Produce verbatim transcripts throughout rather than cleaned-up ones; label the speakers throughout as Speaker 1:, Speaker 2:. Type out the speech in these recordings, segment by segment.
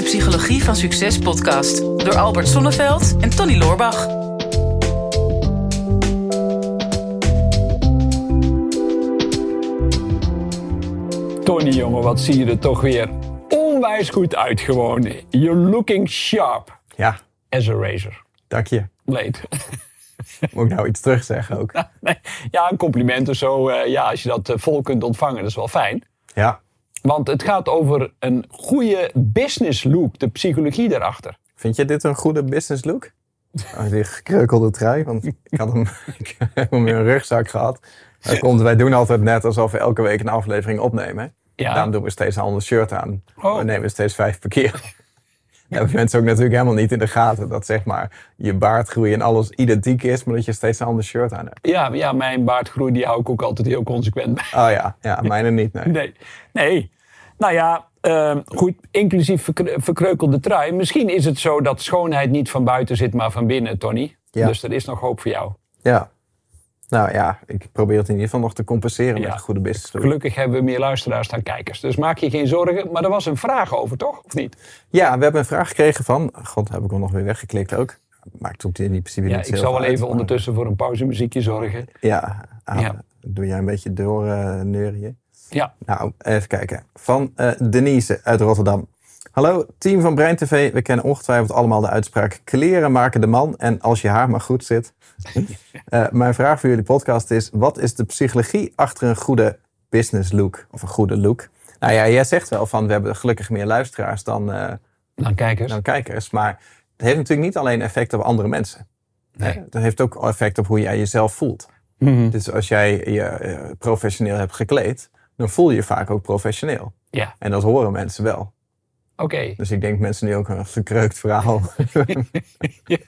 Speaker 1: Psychologie van Succes podcast door Albert Sonneveld en Tony Loorbach.
Speaker 2: Tony, jongen, wat zie je er toch weer onwijs goed uit gewoon. You're looking sharp.
Speaker 3: Ja.
Speaker 2: As a razor.
Speaker 3: Dank je.
Speaker 2: Blade.
Speaker 3: Moet ik nou iets terugzeggen ook?
Speaker 2: Nee, ja, een compliment of zo. Uh, ja, als je dat uh, vol kunt ontvangen, dat is wel fijn.
Speaker 3: Ja.
Speaker 2: Want het gaat over een goede business look, de psychologie daarachter.
Speaker 3: Vind je dit een goede business look? Oh, die gekreukelde trui, want ik had hem, ik heb hem in een rugzak gehad. Dat komt, wij doen altijd net alsof we elke week een aflevering opnemen.
Speaker 2: Ja.
Speaker 3: Daarom doen we steeds een ander shirt aan.
Speaker 2: Oh.
Speaker 3: We nemen steeds vijf per keer. Dat hebben mensen ook natuurlijk helemaal niet in de gaten. Dat zeg maar je baardgroei en alles identiek is, maar dat je steeds een ander shirt aan hebt.
Speaker 2: Ja, ja, mijn baardgroei die hou ik ook altijd heel consequent bij.
Speaker 3: Oh ja, ja mijne niet. Nee.
Speaker 2: Nee, nee. Nou ja, uh, goed, inclusief verkre- verkreukelde trui. Misschien is het zo dat schoonheid niet van buiten zit, maar van binnen, Tony.
Speaker 3: Ja.
Speaker 2: Dus er is nog hoop voor jou.
Speaker 3: Ja. Nou ja, ik probeer het in ieder geval nog te compenseren
Speaker 2: Ja.
Speaker 3: met een goede business look.
Speaker 2: Gelukkig hebben we meer luisteraars dan kijkers. Dus maak je geen zorgen. Maar er was een vraag over, toch? Of niet?
Speaker 3: Ja, we hebben een vraag gekregen van... God, heb ik hem nog weer weggeklikt ook. Maakt ook in principe
Speaker 2: Ja,
Speaker 3: niet
Speaker 2: ik
Speaker 3: heel
Speaker 2: zal wel
Speaker 3: veel
Speaker 2: even
Speaker 3: uit,
Speaker 2: ondertussen voor een pauzemuziekje zorgen.
Speaker 3: Ja, ah,
Speaker 2: Ja.
Speaker 3: doe jij een beetje door uh, neurien.
Speaker 2: Ja.
Speaker 3: Nou, even kijken. Van uh, Denise uit Rotterdam. Hallo, team van Brein T V. We kennen ongetwijfeld allemaal de uitspraak... kleren maken de man en als je haar maar goed zit. uh, mijn vraag voor jullie podcast is... wat is de psychologie achter een goede business look? Of een goede look? Nou ja, jij zegt wel van... we hebben gelukkig meer luisteraars dan, uh,
Speaker 2: Dan kijkers.
Speaker 3: dan kijkers. Maar het heeft natuurlijk niet alleen effect op andere mensen.
Speaker 2: Nee.
Speaker 3: Uh, het heeft ook effect op hoe jij jezelf voelt.
Speaker 2: Mm-hmm.
Speaker 3: Dus als jij je uh, professioneel hebt gekleed... dan voel je je vaak ook professioneel.
Speaker 2: Ja,
Speaker 3: En dat horen mensen wel.
Speaker 2: oké. Okay.
Speaker 3: Dus ik denk mensen nu ook een gekreukt verhaal.
Speaker 2: Ja.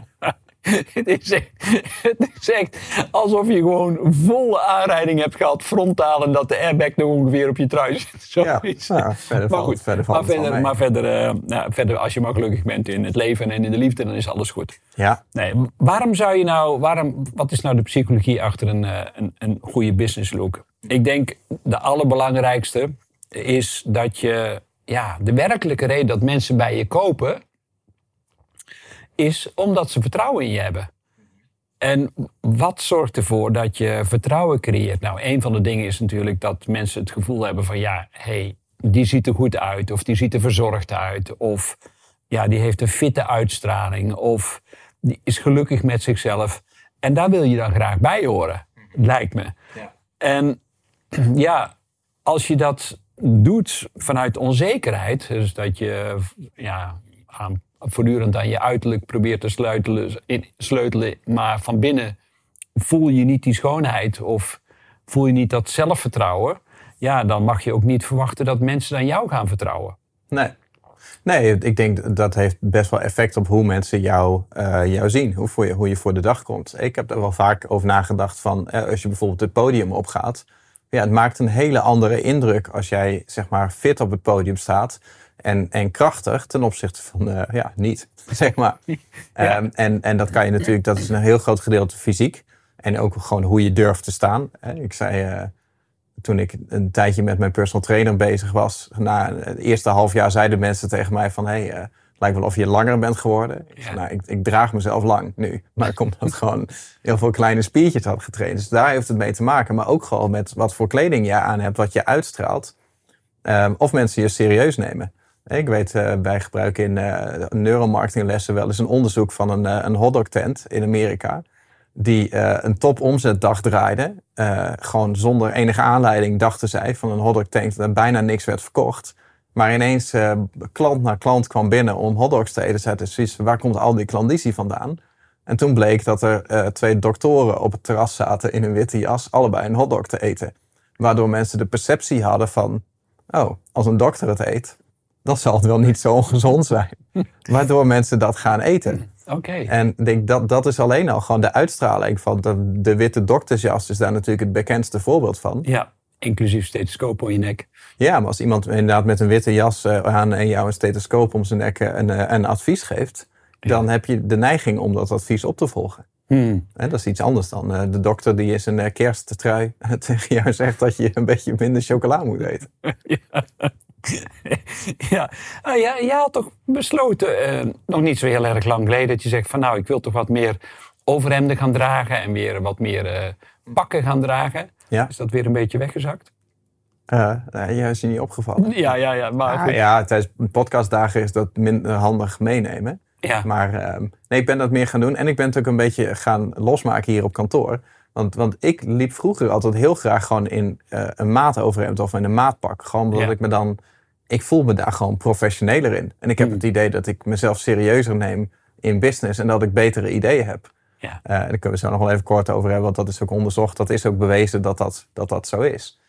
Speaker 2: Het is, echt, het is echt alsof je gewoon volle aanrijding hebt gehad, frontaal, en dat de airbag nog ongeveer op je trui zit. Zoiets.
Speaker 3: Ja, nou, verder
Speaker 2: maar
Speaker 3: valt,
Speaker 2: goed,
Speaker 3: verder valt
Speaker 2: maar,
Speaker 3: het wel
Speaker 2: verder,
Speaker 3: mee.
Speaker 2: maar verder, uh, nou, verder, als je maar gelukkig bent in het leven en in de liefde, dan is alles goed.
Speaker 3: Ja.
Speaker 2: Nee, waarom zou je nou, waarom, wat is nou de psychologie achter een, uh, een, een goede business look? Ik denk de allerbelangrijkste is dat je, ja, de werkelijke reden dat mensen bij je kopen, is omdat ze vertrouwen in je hebben. En wat zorgt ervoor dat je vertrouwen creëert? Nou, een van de dingen is natuurlijk dat mensen het gevoel hebben van... ja, hé, hey, die ziet er goed uit, of die ziet er verzorgd uit... of ja, die heeft een fitte uitstraling, of die is gelukkig met zichzelf. En daar wil je dan graag bij horen, lijkt me.
Speaker 3: Ja.
Speaker 2: En ja, als je dat doet vanuit onzekerheid... dus dat je ja, aan... voortdurend aan je uiterlijk probeert te sleutelen, sleutelen, maar van binnen voel je niet die schoonheid of voel je niet dat zelfvertrouwen, ja, dan mag je ook niet verwachten dat mensen aan jou gaan vertrouwen.
Speaker 3: Nee. Nee, ik denk dat heeft best wel effect op hoe mensen jou, uh, jou zien, hoe, voor je, hoe je voor de dag komt. Ik heb er wel vaak over nagedacht van, uh, als je bijvoorbeeld het podium opgaat, ja, het maakt een hele andere indruk als jij, zeg maar, fit op het podium staat. En, en krachtig ten opzichte van, uh, ja, niet, zeg maar. Ja. Um, en, en dat kan je natuurlijk, dat is een heel groot gedeelte fysiek. En ook gewoon hoe je durft te staan. Ik zei, uh, toen ik een tijdje met mijn personal trainer bezig was... na het eerste half jaar zeiden mensen tegen mij van... hé, hey, uh, het lijkt wel of je langer bent geworden. Ik, zei, nou, ik, ik draag mezelf lang nu. Maar ik omdat ik gewoon heel veel kleine spiertjes had getraind. Dus daar heeft het mee te maken. Maar ook gewoon met wat voor kleding je aan hebt, wat je uitstraalt. Um, of mensen je serieus nemen. Ik weet, uh, wij gebruiken in uh, neuromarketinglessen wel eens een onderzoek van een, uh, een hotdog tent in Amerika. Die uh, een top omzetdag draaide. Uh, gewoon zonder enige aanleiding dachten zij van een hotdog tent dat bijna niks werd verkocht. Maar ineens uh, klant na klant kwam binnen om hotdogs te eten. Zeiden zoiets, waar komt al die klandizie vandaan? En toen bleek dat er uh, twee doktoren op het terras zaten in een witte jas, allebei een hotdog te eten. Waardoor mensen de perceptie hadden van, oh, als een dokter het eet, dan zal het wel niet zo ongezond zijn. Waardoor mensen dat gaan eten.
Speaker 2: Okay.
Speaker 3: En ik denk dat dat is alleen al gewoon de uitstraling van de, de witte doktersjas is daar natuurlijk het bekendste voorbeeld van.
Speaker 2: Ja, inclusief stethoscoop om je nek.
Speaker 3: Ja, maar als iemand inderdaad met een witte jas uh, aan en jou een stethoscoop om zijn nek een, uh, een advies geeft, ja, dan heb je de neiging om dat advies op te volgen.
Speaker 2: Hmm.
Speaker 3: En dat is iets anders dan uh, de dokter die in zijn uh, kersttrui tegen jou zegt dat je een beetje minder chocola moet eten.
Speaker 2: Ja. Ja, uh, ja, je had toch besloten, uh, nog niet zo heel erg lang geleden, dat je zegt van nou, ik wil toch wat meer overhemden gaan dragen en weer wat meer uh, pakken gaan dragen. Ja. Is dat weer een beetje weggezakt?
Speaker 3: Uh, nee, jij is je niet opgevallen.
Speaker 2: Ja, ja, ja. Maar
Speaker 3: ah, ja, tijdens podcastdagen is dat minder handig meenemen.
Speaker 2: Ja.
Speaker 3: Maar uh, nee, ik ben dat meer gaan doen. En ik ben het ook een beetje gaan losmaken hier op kantoor. Want, want ik liep vroeger altijd heel graag gewoon in uh, een maatoverhemd of in een maatpak. Gewoon omdat ja. ik me dan... Ik voel me daar gewoon professioneler in. En ik heb mm. het idee dat ik mezelf serieuzer neem in business. En dat ik betere ideeën heb. Ja. Uh, daar kunnen we zo nog wel even kort over hebben. Want dat is ook onderzocht. Dat is ook bewezen dat dat, dat, dat zo is.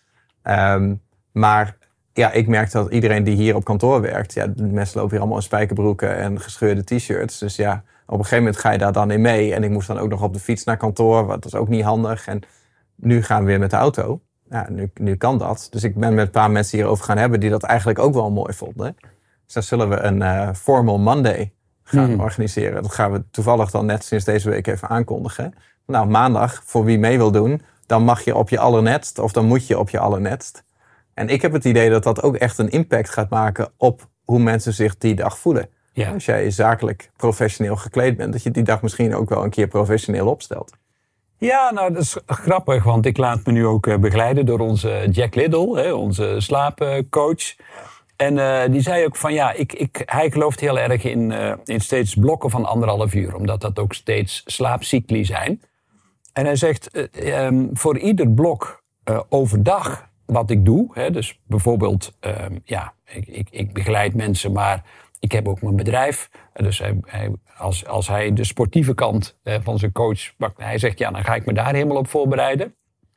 Speaker 3: Um, maar ja, ik merk dat iedereen die hier op kantoor werkt... Ja, de mensen lopen hier allemaal in spijkerbroeken en gescheurde t-shirts. Dus ja, op een gegeven moment ga je daar dan in mee. En ik moest dan ook nog op de fiets naar kantoor. Dat is ook niet handig. En nu gaan we weer met de auto. Ja, nu, nu kan dat. Dus ik ben met een paar mensen hierover gaan hebben... die dat eigenlijk ook wel mooi vonden. Dus dan zullen we een uh, Formal Monday gaan hmm. organiseren. Dat gaan we toevallig dan net sinds deze week even aankondigen. Nou, maandag, voor wie mee wil doen... dan mag je op je allernetst of dan moet je op je allernetst. En ik heb het idee dat dat ook echt een impact gaat maken... op hoe mensen zich die dag voelen. Ja. Als jij zakelijk professioneel gekleed bent... dat je die dag misschien ook wel een keer professioneel opstelt.
Speaker 2: Ja, nou dat is grappig, want ik laat me nu ook begeleiden door onze Jack Liddell, hè, onze slaapcoach. En uh, die zei ook van ja, ik, ik, hij gelooft heel erg in, uh, in steeds blokken van anderhalf uur. Omdat dat ook steeds slaapcycli zijn. En hij zegt, uh, um, voor ieder blok uh, overdag wat ik doe, hè, dus bijvoorbeeld, uh, ja, ik, ik, ik begeleid mensen, maar ik heb ook mijn bedrijf. Dus hij, hij, als, als hij de sportieve kant uh, van zijn coach pakt, hij zegt, ja, dan ga ik me daar helemaal op voorbereiden.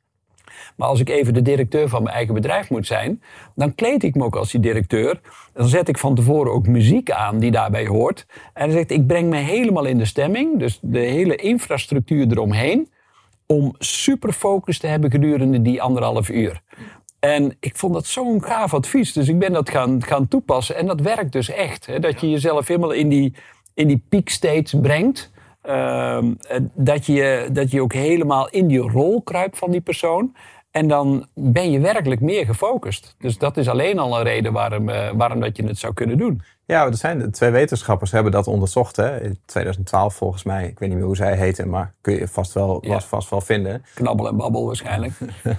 Speaker 2: Maar als ik even de directeur van mijn eigen bedrijf moet zijn, dan kleed ik me ook als die directeur. Dan zet ik van tevoren ook muziek aan die daarbij hoort. En hij zegt, ik breng me helemaal in de stemming, dus de hele infrastructuur eromheen, om super focus te hebben gedurende die anderhalf uur. En ik vond dat zo'n gaaf advies. Dus ik ben dat gaan, gaan toepassen. En dat werkt dus echt. Hè? Dat je jezelf helemaal in die, in die peak state brengt. Uh, dat, je, dat je ook helemaal in die rol kruipt van die persoon. En dan ben je werkelijk meer gefocust. Dus dat is alleen al een reden waarom, uh, waarom dat je het zou kunnen doen.
Speaker 3: Ja, er zijn twee wetenschappers hebben dat onderzocht. Hè? In twintig twaalf volgens mij. Ik weet niet meer hoe zij heten, maar kun je vast wel, ja. vast wel vinden.
Speaker 2: Knabbel en babbel waarschijnlijk.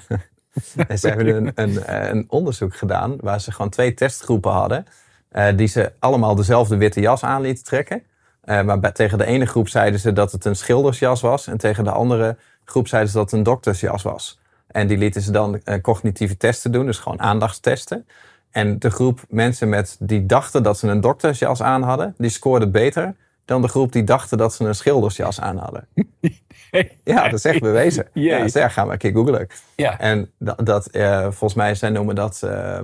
Speaker 3: En ze hebben een, een, een onderzoek gedaan waar ze gewoon twee testgroepen hadden. Uh, die ze allemaal dezelfde witte jas aan lieten trekken. Uh, maar bij, tegen de ene groep zeiden ze dat het een schildersjas was. En tegen de andere groep zeiden ze dat het een doktersjas was. En die lieten ze dan uh, cognitieve testen doen. Dus gewoon aandachtstesten. En de groep mensen met die dachten dat ze een doktersjas aan hadden. Die scoorden beter dan de groep die dachten dat ze een schildersjas aan hadden. Ja, dat is echt bewezen. Ja, dus daar gaan we een keer googlen. Ja. En dat, dat uh, volgens mij, zij noemen dat... Uh,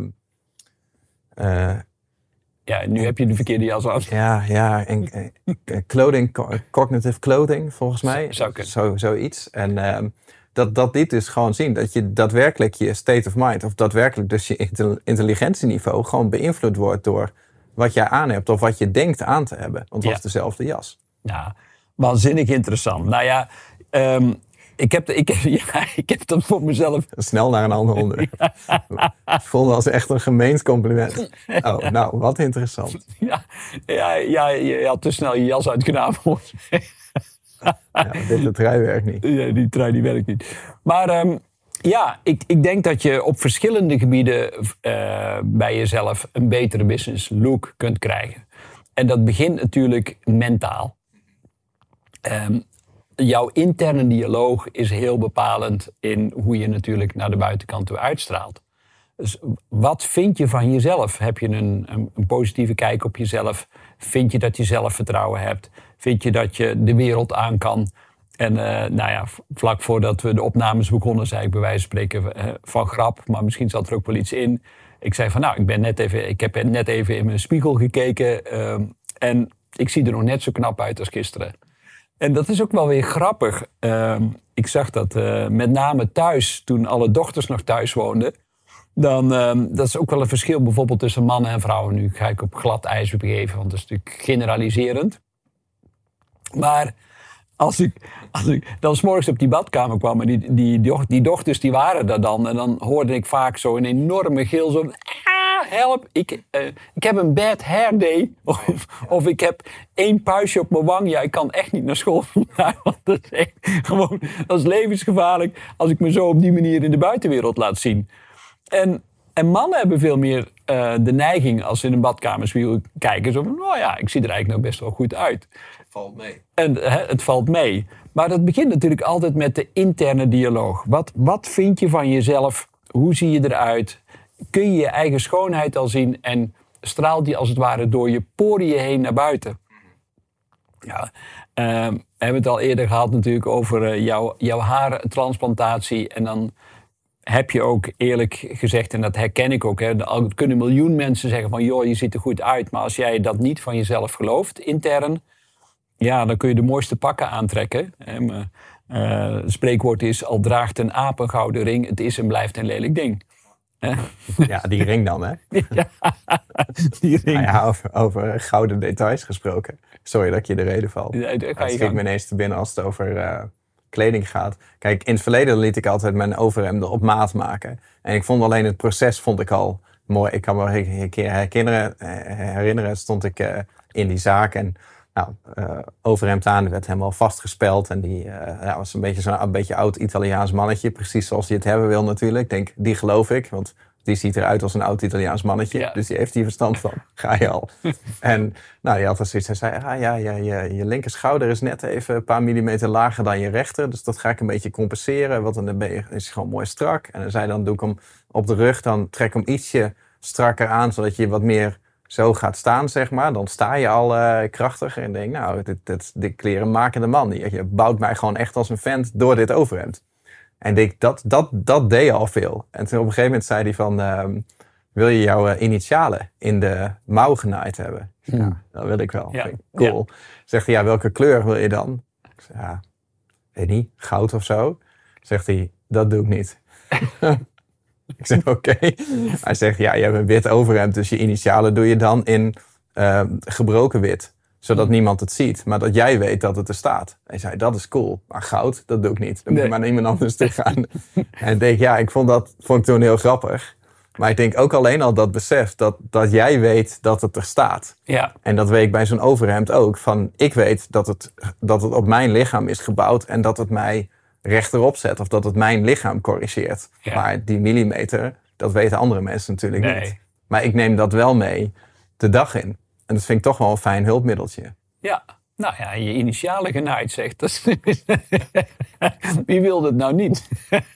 Speaker 3: uh,
Speaker 2: ja, nu heb je de verkeerde jas aan.
Speaker 3: Ja, ja. En, uh, clothing, cognitive clothing, volgens mij.
Speaker 2: Zou kunnen.
Speaker 3: Zo, zoiets. En uh, dat, dat dit dus gewoon zien. Dat je daadwerkelijk je state of mind, of daadwerkelijk dus je intelligentieniveau gewoon beïnvloed wordt door wat jij aan hebt of wat je denkt aan te hebben. Want het was ja. dezelfde jas.
Speaker 2: Ja, waanzinnig interessant. Nou ja, um, ik, heb, ik, ja, ik heb dat voor mezelf...
Speaker 3: Snel naar een ander onderwerp. Ja. Ik vond het als echt een gemeend compliment. Oh, nou, wat interessant.
Speaker 2: Ja, ja, ja je had te snel je jas uitgedaan volgens mij.
Speaker 3: Ja, dit trui werkt niet.
Speaker 2: Ja, die trui die werkt niet. Maar um, ja, ik, ik denk dat je op verschillende gebieden uh, bij jezelf een betere business look kunt krijgen. En dat begint natuurlijk mentaal. Um, jouw interne dialoog is heel bepalend in hoe je natuurlijk naar de buitenkant toe uitstraalt. Dus wat vind je van jezelf? Heb je een, een, een positieve kijk op jezelf? Vind je dat je zelfvertrouwen hebt? Vind je dat je de wereld aan kan? En uh, nou ja, vlak voordat we de opnames begonnen, zei ik bij wijze van spreken uh, van grap, maar misschien zat er ook wel iets in. Ik zei van nou, ik, ben net even, ik heb net even in mijn spiegel gekeken uh, en ik zie er nog net zo knap uit als gisteren. En dat is ook wel weer grappig. Uh, ik zag dat uh, met name thuis, toen alle dochters nog thuis woonden. Dan, uh, dat is ook wel een verschil bijvoorbeeld tussen mannen en vrouwen. Nu ga ik op glad ijs begeven, want dat is natuurlijk generaliserend. Maar als ik, als ik dan 's morgens op die badkamer kwam en die, die, die, die dochters die waren daar dan. En dan hoorde ik vaak zo een enorme gil, zo... Ah, help, ik, uh, ik heb een bad hair day. Of, ja. of ik heb één puistje op mijn wang. Ja, ik kan echt niet naar school vandaag. Want dat is echt gewoon, dat is levensgevaarlijk als ik me zo op die manier in de buitenwereld laat zien. En, en mannen hebben veel meer uh, de neiging als ze in een badkamerspiegel kijken. Zo van, nou ja, ik zie er eigenlijk nog best wel goed uit.
Speaker 3: Het valt mee.
Speaker 2: En hè, het valt mee. Maar dat begint natuurlijk altijd met de interne dialoog. Wat, wat vind je van jezelf? Hoe zie je eruit? Kun je je eigen schoonheid al zien? En straalt die als het ware door je poriën heen naar buiten? Ja, uh, we hebben het al eerder gehad natuurlijk over uh, jouw, jouw haartransplantatie. En dan heb je ook eerlijk gezegd, en dat herken ik ook. Hè, er kunnen een miljoen mensen zeggen van, joh, je ziet er goed uit. Maar als jij dat niet van jezelf gelooft, intern, ja, dan kun je de mooiste pakken aantrekken. Hè, maar, uh, het spreekwoord is, al draagt een aap een gouden ring, het is en blijft een lelijk ding.
Speaker 3: Ja, die ring dan, hè?
Speaker 2: Ja, die ring.
Speaker 3: Nou ja, over, over gouden details gesproken. Sorry dat ik je de reden val.
Speaker 2: Ja,
Speaker 3: dat schiet me ineens te binnen als het over uh, kleding gaat. Kijk, in het verleden liet ik altijd mijn overhemden op maat maken. En ik vond alleen het proces vond ik al mooi. Ik kan me een keer herinneren, herinneren stond ik uh, in die zaak en nou, uh, overhemd aan, werd helemaal vastgespeld. En die uh, ja, was een beetje zo'n een beetje oud Italiaans mannetje. Precies zoals hij het hebben wil natuurlijk. Ik denk, die geloof ik. Want die ziet eruit als een oud Italiaans mannetje. Ja. Dus die heeft hier verstand van. Ga je al. En nou, die had er zoiets. Hij zei, ah, ja, ja, je, je linker schouder is net even een paar millimeter lager dan je rechter. Dus dat ga ik een beetje compenseren. Want dan ben je, is het gewoon mooi strak. En dan zei dan, doe ik hem op de rug. Dan trek hem ietsje strakker aan. Zodat je wat meer zo gaat staan, zeg maar. Dan sta je al uh, krachtiger. En denk, nou, dit, dit, dit kleren maken de man. Je, je bouwt mij gewoon echt als een vent door dit overhemd. En denk, dat, dat, dat deed al veel. En toen op een gegeven moment zei hij van, uh, wil je jouw uh, initialen in de mouw genaaid hebben?
Speaker 2: Hmm.
Speaker 3: Ja, dat wil ik wel.
Speaker 2: Ja.
Speaker 3: Vind ik cool. Ja. Zegt hij, ja, welke kleur wil je dan? Ik zeg, ja, weet niet, goud of zo. Zegt hij, dat doe ik niet. Ik zeg, oké. Okay. Hij zegt, ja, je hebt een wit overhemd, dus je initialen doe je dan in uh, gebroken wit. Zodat mm. niemand het ziet, maar dat jij weet dat het er staat. Hij zei, dat is cool, maar goud, dat doe ik niet. Dan nee. moet je maar naar iemand anders te gaan. En ik denk, ja, ik vond dat vond ik toen heel grappig. Maar ik denk ook alleen al dat besef, dat, dat jij weet dat het er staat.
Speaker 2: Ja.
Speaker 3: En dat weet ik bij zo'n overhemd ook. Van, ik weet dat het, dat het op mijn lichaam is gebouwd en dat het mij rechterop zet. Of dat het mijn lichaam corrigeert. Ja. Maar die millimeter, dat weten andere mensen natuurlijk nee. niet. Maar ik neem dat wel mee de dag in. En dat vind ik toch wel een fijn hulpmiddeltje.
Speaker 2: Ja, nou ja, je initialen genaaid zegt. Dat is... Wie wil dat nou niet?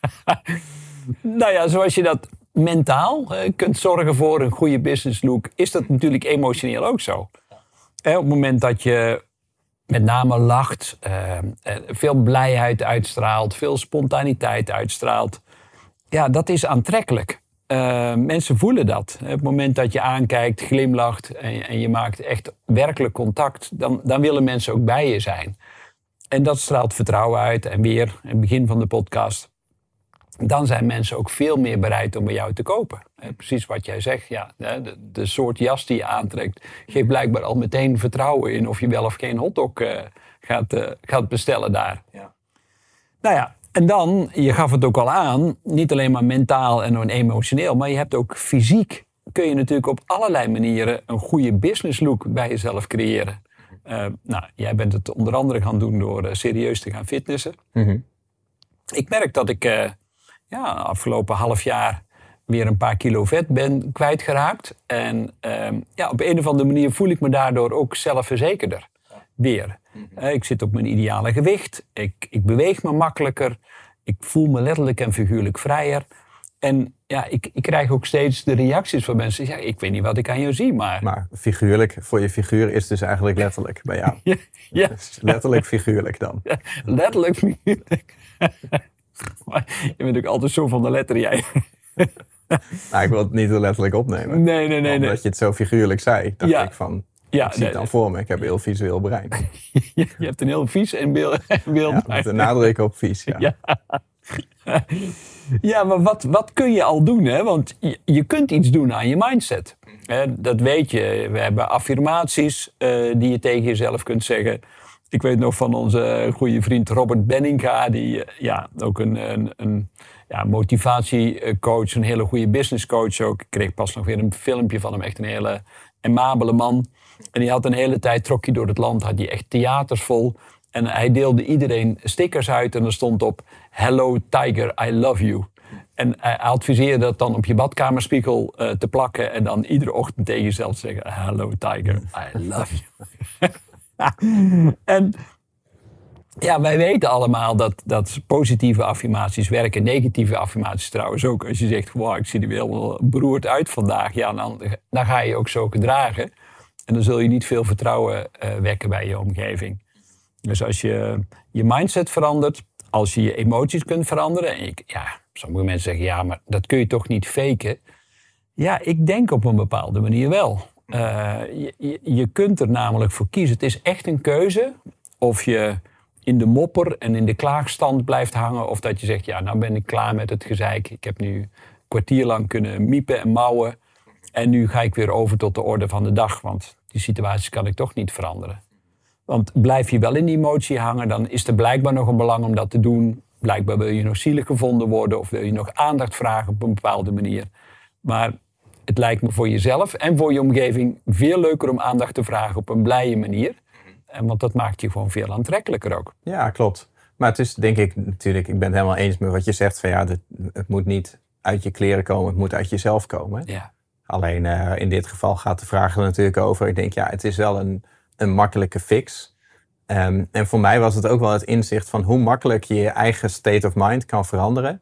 Speaker 2: Nou ja, zoals je dat mentaal uh, kunt zorgen voor een goede business look, is dat natuurlijk emotioneel ook zo. Eh, op het moment dat je met name lacht, uh, veel blijheid uitstraalt, veel spontaniteit uitstraalt. Ja, dat is aantrekkelijk. Uh, mensen voelen dat. Op het moment dat je aankijkt, glimlacht en, en je maakt echt werkelijk contact, dan, dan willen mensen ook bij je zijn. En dat straalt vertrouwen uit. En weer, in het begin van de podcast, dan zijn mensen ook veel meer bereid om bij jou te kopen. Precies wat jij zegt, ja, de, de soort jas die je aantrekt geeft blijkbaar al meteen vertrouwen in of je wel of geen hotdog uh, gaat, uh, gaat bestellen daar. Ja. Nou ja, en dan, je gaf het ook al aan, niet alleen maar mentaal en emotioneel, maar je hebt ook fysiek, kun je natuurlijk op allerlei manieren een goede business look bij jezelf creëren. Uh, nou, jij bent het onder andere gaan doen door uh, serieus te gaan fitnessen. Mm-hmm. Ik merk dat ik uh, ja, afgelopen half jaar weer een paar kilo vet ben kwijtgeraakt. En uh, ja, op een of andere manier voel ik me daardoor ook zelfverzekerder. Weer. Mm-hmm. Uh, ik zit op mijn ideale gewicht. Ik, ik beweeg me makkelijker. Ik voel me letterlijk en figuurlijk vrijer. En ja, ik, ik krijg ook steeds de reacties van mensen. Ja, ik weet niet wat ik aan jou zie, maar...
Speaker 3: Maar figuurlijk, voor je figuur is dus eigenlijk letterlijk bij jou. Ja, ja. Dus letterlijk figuurlijk dan. Ja,
Speaker 2: letterlijk figuurlijk. Je bent ook altijd zo van de letter, jij.
Speaker 3: Nou, ik wil het niet te letterlijk opnemen.
Speaker 2: Nee, nee, nee.
Speaker 3: Omdat
Speaker 2: nee.
Speaker 3: je het zo figuurlijk zei, dacht
Speaker 2: ja.
Speaker 3: ik van...
Speaker 2: Ja,
Speaker 3: ik zie het dan voor me, ik heb een heel visueel brein.
Speaker 2: Je hebt een heel vies en beeld brein.
Speaker 3: Ja, met een nadruk op vies, ja.
Speaker 2: Ja. Ja, maar wat, wat kun je al doen? Hè? Want je, je kunt iets doen aan je mindset. Hè? Dat weet je. We hebben affirmaties uh, die je tegen jezelf kunt zeggen. Ik weet nog van onze goede vriend Robert Benninga, die uh, ja, ook een, een, een ja, motivatiecoach, een hele goede businesscoach ook. Ik kreeg pas nog weer een filmpje van hem, echt een hele amabele man. En die had een hele tijd, trok hij door het land, had hij echt theaters vol. En hij deelde iedereen stickers uit en er stond op: Hello Tiger, I love you. En hij adviseerde dat dan op je badkamerspiegel uh, te plakken en dan iedere ochtend tegen jezelf te zeggen: Hello Tiger, I love you. En ja, wij weten allemaal dat, dat positieve affirmaties werken. Negatieve affirmaties trouwens ook. Als je zegt: wow, ik zie er weer helemaal beroerd uit vandaag. Ja, dan, dan ga je ook zo gedragen. En dan zul je niet veel vertrouwen uh, wekken bij je omgeving. Dus als je je mindset verandert, als je je emoties kunt veranderen. En je, ja, sommige mensen zeggen: ja, maar dat kun je toch niet faken? Ja, ik denk op een bepaalde manier wel. Uh, je, je, je kunt er namelijk voor kiezen. Het is echt een keuze of je in de mopper en in de klaagstand blijft hangen. Of dat je zegt: ja, nou ben ik klaar met het gezeik. Ik heb nu een kwartier lang kunnen miepen en mouwen. En nu ga ik weer over tot de orde van de dag. Want die situaties kan ik toch niet veranderen. Want blijf je wel in die emotie hangen, dan is er blijkbaar nog een belang om dat te doen. Blijkbaar wil je nog zielig gevonden worden of wil je nog aandacht vragen op een bepaalde manier. Maar het lijkt me voor jezelf en voor je omgeving veel leuker om aandacht te vragen op een blije manier. En want dat maakt je gewoon veel aantrekkelijker ook.
Speaker 3: Ja, klopt. Maar het is denk ik natuurlijk, ik ben het helemaal eens met wat je zegt. Van ja, het, het moet niet uit je kleren komen, het moet uit jezelf komen.
Speaker 2: Ja.
Speaker 3: Alleen uh, in dit geval gaat de vraag er natuurlijk over. Ik denk, ja, het is wel een, een makkelijke fix. Um, en voor mij was het ook wel het inzicht van hoe makkelijk je je eigen state of mind kan veranderen.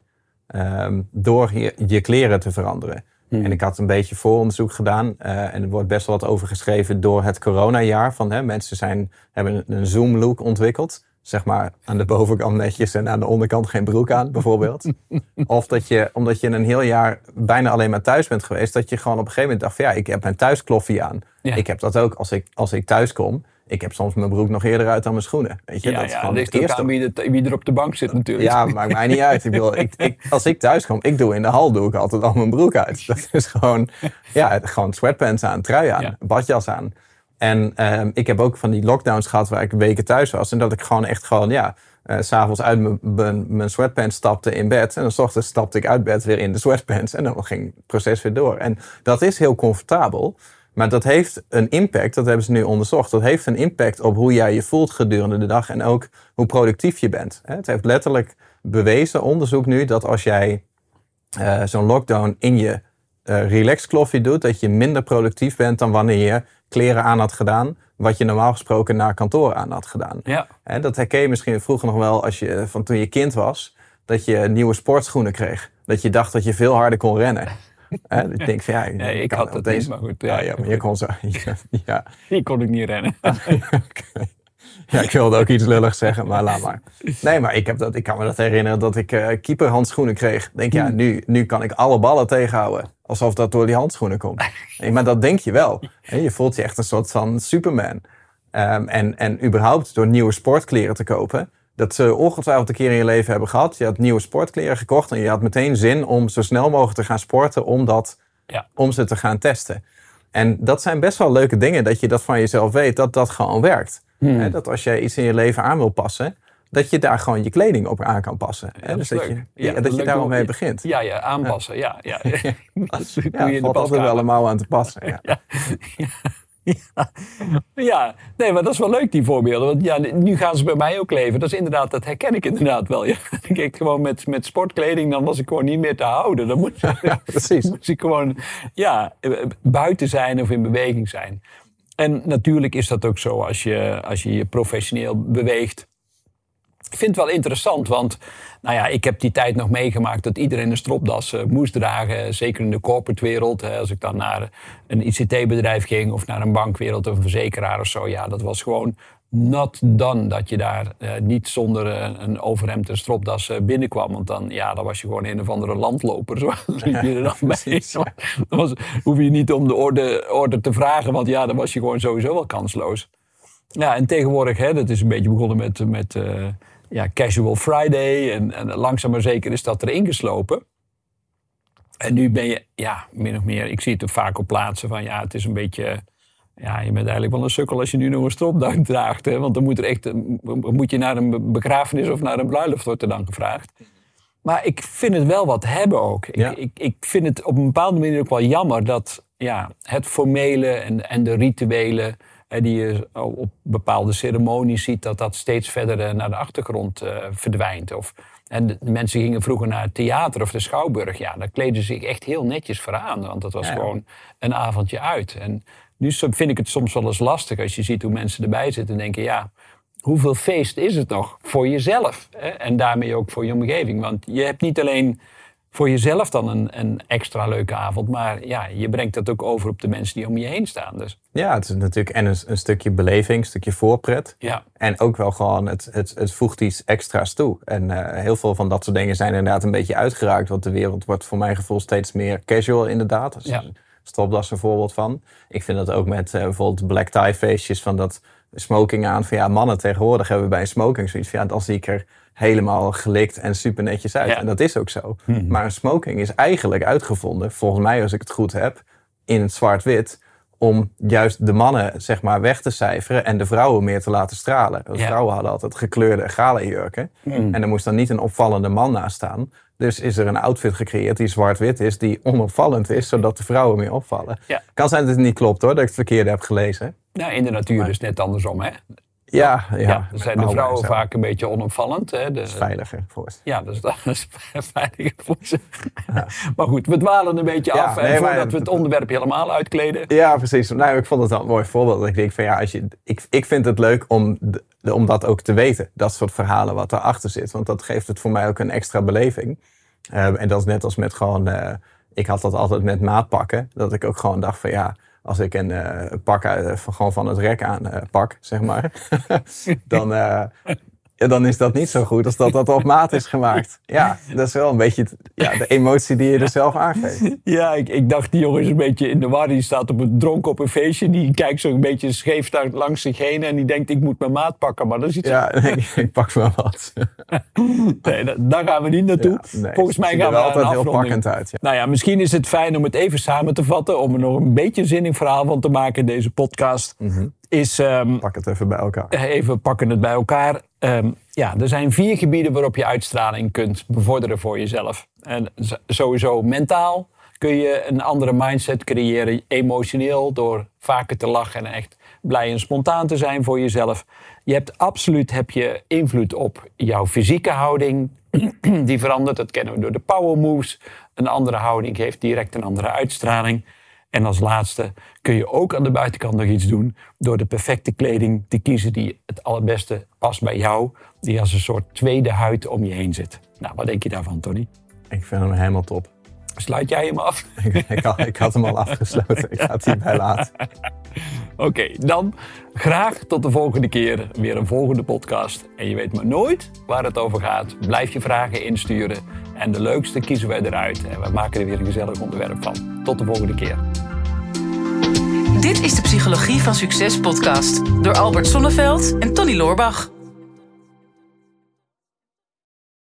Speaker 3: Um, door je, je kleren te veranderen. Hmm. En ik had een beetje vooronderzoek gedaan. Uh, en er wordt best wel wat over geschreven door het coronajaar. Van, hè, mensen zijn, hebben een zoom look ontwikkeld. Zeg maar aan de bovenkant netjes en aan de onderkant geen broek aan, bijvoorbeeld. Of dat je, omdat je een heel jaar bijna alleen maar thuis bent geweest, dat je gewoon op een gegeven moment dacht van ja, ik heb mijn thuiskloffie aan. Ja. Ik heb dat ook als ik, als ik thuis kom. Ik heb soms mijn broek nog eerder uit dan mijn schoenen. Weet je,
Speaker 2: ja,
Speaker 3: dat is
Speaker 2: ja,
Speaker 3: gewoon
Speaker 2: ligt
Speaker 3: het
Speaker 2: ook
Speaker 3: eerste.
Speaker 2: aan wie, de, wie er op de bank zit natuurlijk.
Speaker 3: Ja, maakt mij niet uit. Ik bedoel, ik, ik, als ik thuis kom, ik doe in de hal doe ik altijd al mijn broek uit. Dat is gewoon, ja, gewoon sweatpants aan, trui aan, ja. badjas aan. En uh, ik heb ook van die lockdowns gehad waar ik weken thuis was. En dat ik gewoon echt gewoon, ja, uh, 's avonds uit mijn sweatpants stapte in bed. En dan 's ochtends stapte ik uit bed weer in de sweatpants. En dan ging het proces weer door. En dat is heel comfortabel. Maar dat heeft een impact, dat hebben ze nu onderzocht. Dat heeft een impact op hoe jij je voelt gedurende de dag. En ook hoe productief je bent. Het heeft letterlijk bewezen, onderzoek nu, dat als jij uh, zo'n lockdown in je uh, relaxkloffie doet, dat je minder productief bent dan wanneer je kleren aan had gedaan, wat je normaal gesproken naar kantoor aan had gedaan.
Speaker 2: Ja.
Speaker 3: En dat herken je misschien vroeger nog wel als je, van toen je kind was, dat je nieuwe sportschoenen kreeg. Dat je dacht dat je veel harder kon rennen. En ik denk van ja,
Speaker 2: nee, ik, ik had dat
Speaker 3: deze...
Speaker 2: niet, maar goed.
Speaker 3: Ja, ja, ja, maar je kon zo. Ja, ja.
Speaker 2: Die kon ik niet rennen.
Speaker 3: Okay. Ja, ik wilde ook iets lulligs zeggen, maar laat maar. Nee, maar ik, heb dat, ik kan me dat herinneren dat ik uh, keeperhandschoenen kreeg. Denk ja, nu, nu kan ik alle ballen tegenhouden. Alsof dat door die handschoenen komt. Nee, maar dat denk je wel. En je voelt je echt een soort van Superman. Um, en, en überhaupt door nieuwe sportkleren te kopen. Dat ze ongetwijfeld een keer in je leven hebben gehad. Je had nieuwe sportkleren gekocht en je had meteen zin om zo snel mogelijk te gaan sporten om, dat, ja. om ze te gaan testen. En dat zijn best wel leuke dingen dat je dat van jezelf weet, dat dat gewoon werkt. Hmm. He, dat als je iets in je leven aan wil passen, dat je daar gewoon je kleding op aan kan passen.
Speaker 2: Ja,
Speaker 3: dus
Speaker 2: dat
Speaker 3: dat je,
Speaker 2: ja,
Speaker 3: ja, dat je daarom mee begint.
Speaker 2: Ja, ja, aanpassen. Ja, ja. ja.
Speaker 3: Dat doe ja, je in de valt er wel een mouw aan te passen. Ja.
Speaker 2: Ja. Ja. Ja. ja, nee, maar dat is wel leuk, die voorbeelden. Want ja, nu gaan ze bij mij ook leven. Dat is inderdaad, dat herken ik inderdaad wel. Ja. Ik gewoon met, met sportkleding, dan was ik gewoon niet meer te houden. Dan moet,
Speaker 3: ja, precies.
Speaker 2: moest ik gewoon ja, buiten zijn of in beweging zijn. En natuurlijk is dat ook zo als je als je, je professioneel beweegt. Ik vind het wel interessant, want nou ja, ik heb die tijd nog meegemaakt dat iedereen een stropdas uh, moest dragen. Zeker in de corporate wereld. Hè, als ik dan naar een I C T-bedrijf ging of naar een bankwereld of een verzekeraar of zo. Ja, dat was gewoon not done dat je daar uh, niet zonder uh, een overhemd en stropdas uh, binnenkwam. Want dan, ja, dan was je gewoon een of andere landloper. Zo liep je er dan bij. Dan was, hoef je niet om de orde, orde te vragen, want ja, dan was je gewoon sowieso wel kansloos. Ja, en tegenwoordig, hè, dat is een beetje begonnen met... met uh, Ja, Casual Friday en, en langzaam maar zeker is dat erin geslopen. En nu ben je, ja, min of meer, ik zie het er vaak op plaatsen van, ja, het is een beetje, ja, je bent eigenlijk wel een sukkel als je nu nog een stropdas draagt, hè, want dan moet er echt, moet je naar een begrafenis of naar een bruiloft wordt er dan gevraagd. Maar ik vind het wel wat hebben ook. Ik,
Speaker 3: Ja.
Speaker 2: ik, ik vind het op een bepaalde manier ook wel jammer dat ja, het formele en, en de rituelen hè, die je op bepaalde ceremonies ziet, dat dat steeds verder uh, naar de achtergrond uh, verdwijnt. Of, en de, de mensen gingen vroeger naar het theater of de Schouwburg. Ja, daar kleden ze zich echt heel netjes voor aan. Want dat was
Speaker 3: Ja.
Speaker 2: gewoon een avondje uit. En nu vind ik het soms wel eens lastig als je ziet hoe mensen erbij zitten en denken, ja, hoeveel feest is het nog voor jezelf? Hè? En daarmee ook voor je omgeving. Want je hebt niet alleen voor jezelf dan een, een extra leuke avond, maar ja, je brengt dat ook over op de mensen die om je heen staan. Dus.
Speaker 3: Ja, het is natuurlijk en een, een stukje beleving, een stukje voorpret.
Speaker 2: Ja.
Speaker 3: En ook wel gewoon, het, het, het voegt iets extra's toe. En uh, heel veel van dat soort dingen zijn inderdaad een beetje uitgeraakt. Want de wereld wordt voor mijn gevoel steeds meer casual inderdaad. Dus
Speaker 2: Ja.
Speaker 3: Stropdas is een voorbeeld van. Ik vind dat ook met uh, bijvoorbeeld black tie feestjes van dat smoking aan. Van ja, mannen tegenwoordig hebben bij een smoking zoiets van ja, dan zie ik er helemaal gelikt en super netjes uit.
Speaker 2: Ja.
Speaker 3: En dat is ook zo.
Speaker 2: Hmm.
Speaker 3: Maar een smoking is eigenlijk uitgevonden, volgens mij als ik het goed heb, in het zwart-wit, om juist de mannen zeg maar weg te cijferen en de vrouwen meer te laten stralen. De
Speaker 2: Ja.
Speaker 3: vrouwen hadden altijd gekleurde gala-jurken.
Speaker 2: Mm.
Speaker 3: En er moest dan niet een opvallende man naast staan. Dus is er een outfit gecreëerd die zwart-wit is, die onopvallend is, zodat de vrouwen meer opvallen.
Speaker 2: Ja.
Speaker 3: Kan zijn dat het niet klopt hoor, dat ik het verkeerde heb gelezen.
Speaker 2: Nou, in de natuur
Speaker 3: Maar-
Speaker 2: is het net andersom, hè?
Speaker 3: Ja, ja.
Speaker 2: Ja, dan zijn de
Speaker 3: Nou,
Speaker 2: vrouwen
Speaker 3: zo.
Speaker 2: vaak een beetje onopvallend. Hè? De,
Speaker 3: Dat is veiliger voor ze.
Speaker 2: Ja, dus dat is veiliger voor ze. Maar goed, we dwalen een beetje
Speaker 3: Ja,
Speaker 2: af. En
Speaker 3: nee, maar-
Speaker 2: voordat we het onderwerp helemaal uitkleden.
Speaker 3: Ja, precies. Nou, ik vond het wel een mooi voorbeeld. Dat ik denk van ja, als je, ik, ik vind het leuk om, de, de- om dat ook te weten. Dat soort verhalen wat erachter zit. Want dat geeft het voor mij ook een extra beleving. Uh, en dat is net als met gewoon, uh, ik had dat altijd met maatpakken. Dat ik ook gewoon dacht van ja, als ik een uh, pak uit, van, gewoon van het rek aan uh, pak, zeg maar. dan, uh, ja, dan is dat niet zo goed als dat dat op maat is gemaakt. Ja, dat is wel een beetje het- ja, de emotie die je er zelf aangeeft.
Speaker 2: Ja, ik, ik dacht, die jongen is een beetje in de war. Die staat op een dronk op een feestje. Die kijkt zo een beetje scheef daar langs zich heen. En die denkt, ik moet mijn maat pakken. Maar dat is iets...
Speaker 3: Ja, nee, ik pak wel wat.
Speaker 2: Nee, da- daar gaan we niet naartoe.
Speaker 3: Ja, nee,
Speaker 2: Volgens mij
Speaker 3: het
Speaker 2: gaan
Speaker 3: ziet
Speaker 2: we
Speaker 3: er
Speaker 2: naar een
Speaker 3: altijd heel
Speaker 2: afronding.
Speaker 3: pakkend uit. Ja.
Speaker 2: Nou ja, misschien is het fijn om het even samen te vatten. Om er nog een beetje zinnig verhaal van te maken in deze podcast.
Speaker 3: Mm-hmm.
Speaker 2: Is... Um,
Speaker 3: Pak het even bij elkaar.
Speaker 2: Even pakken het bij elkaar. Um, ja, er zijn vier gebieden waarop je uitstraling kunt bevorderen voor jezelf. En z- sowieso mentaal kun je een andere mindset creëren. Emotioneel door vaker te lachen en echt blij en spontaan te zijn voor jezelf. Je hebt absoluut heb je invloed op jouw fysieke houding. Die verandert, dat kennen we door de power moves. Een andere houding geeft direct een andere uitstraling. En als laatste kun je ook aan de buitenkant nog iets doen door de perfecte kleding te kiezen die het allerbeste past bij jou. Die als een soort tweede huid om je heen zit. Nou, wat denk je daarvan, Tony?
Speaker 3: Ik vind hem helemaal top.
Speaker 2: Sluit jij hem af?
Speaker 3: Ik, ik, had, ik had hem al afgesloten. Ik ga het hierbij laten.
Speaker 2: Oké, okay, dan graag tot de volgende keer. Weer een volgende podcast. En je weet maar nooit waar het over gaat. Blijf je vragen insturen. En de leukste kiezen wij eruit. En we maken er weer een gezellig onderwerp van. Tot de volgende keer.
Speaker 1: Dit is de Psychologie van Succes podcast door Albert Sonneveld en Tony Loorbach.